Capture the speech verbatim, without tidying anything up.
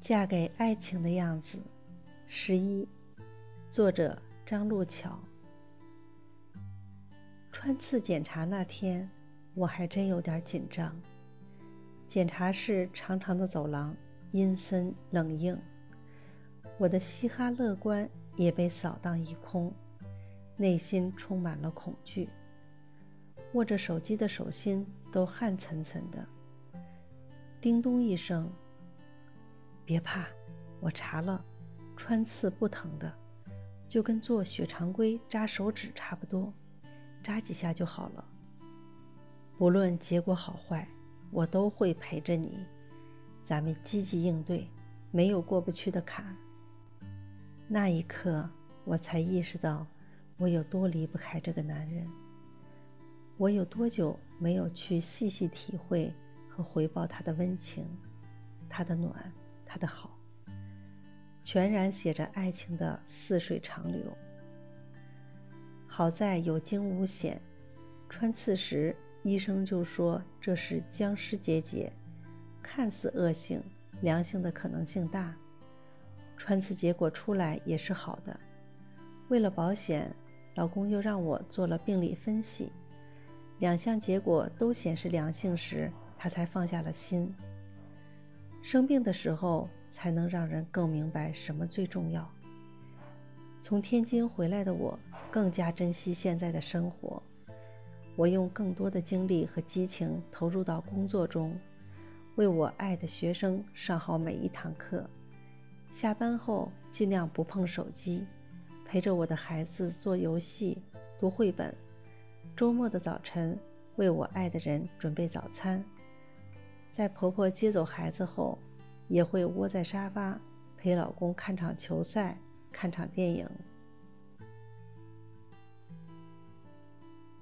嫁给爱情的样子，十一，作者张路桥。穿刺检查那天，我还真有点紧张。检查室长长的走廊，阴森冷硬，我的嘻哈乐观也被扫荡一空，内心充满了恐惧。握着手机的手心都汗涔涔的。叮咚一声，别怕，我查了，穿刺不疼的，就跟做血常规扎手指差不多，扎几下就好了。不论结果好坏，我都会陪着你，咱们积极应对，没有过不去的坎。那一刻，我才意识到我有多离不开这个男人，我有多久没有去细细体会和回报他的温情，他的暖，他的好，全然写着爱情的似水长流。好在有惊无险，穿刺时医生就说这是僵尸结节，看似恶性，良性的可能性大。穿刺结果出来也是好的，为了保险，老公又让我做了病理分析，两项结果都显示良性时，他才放下了心。生病的时候才能让人更明白什么最重要。从天津回来的我更加珍惜现在的生活，我用更多的精力和激情投入到工作中，为我爱的学生上好每一堂课，下班后尽量不碰手机，陪着我的孩子做游戏、读绘本，周末的早晨为我爱的人准备早餐，在婆婆接走孩子后，也会窝在沙发陪老公看场球赛，看场电影。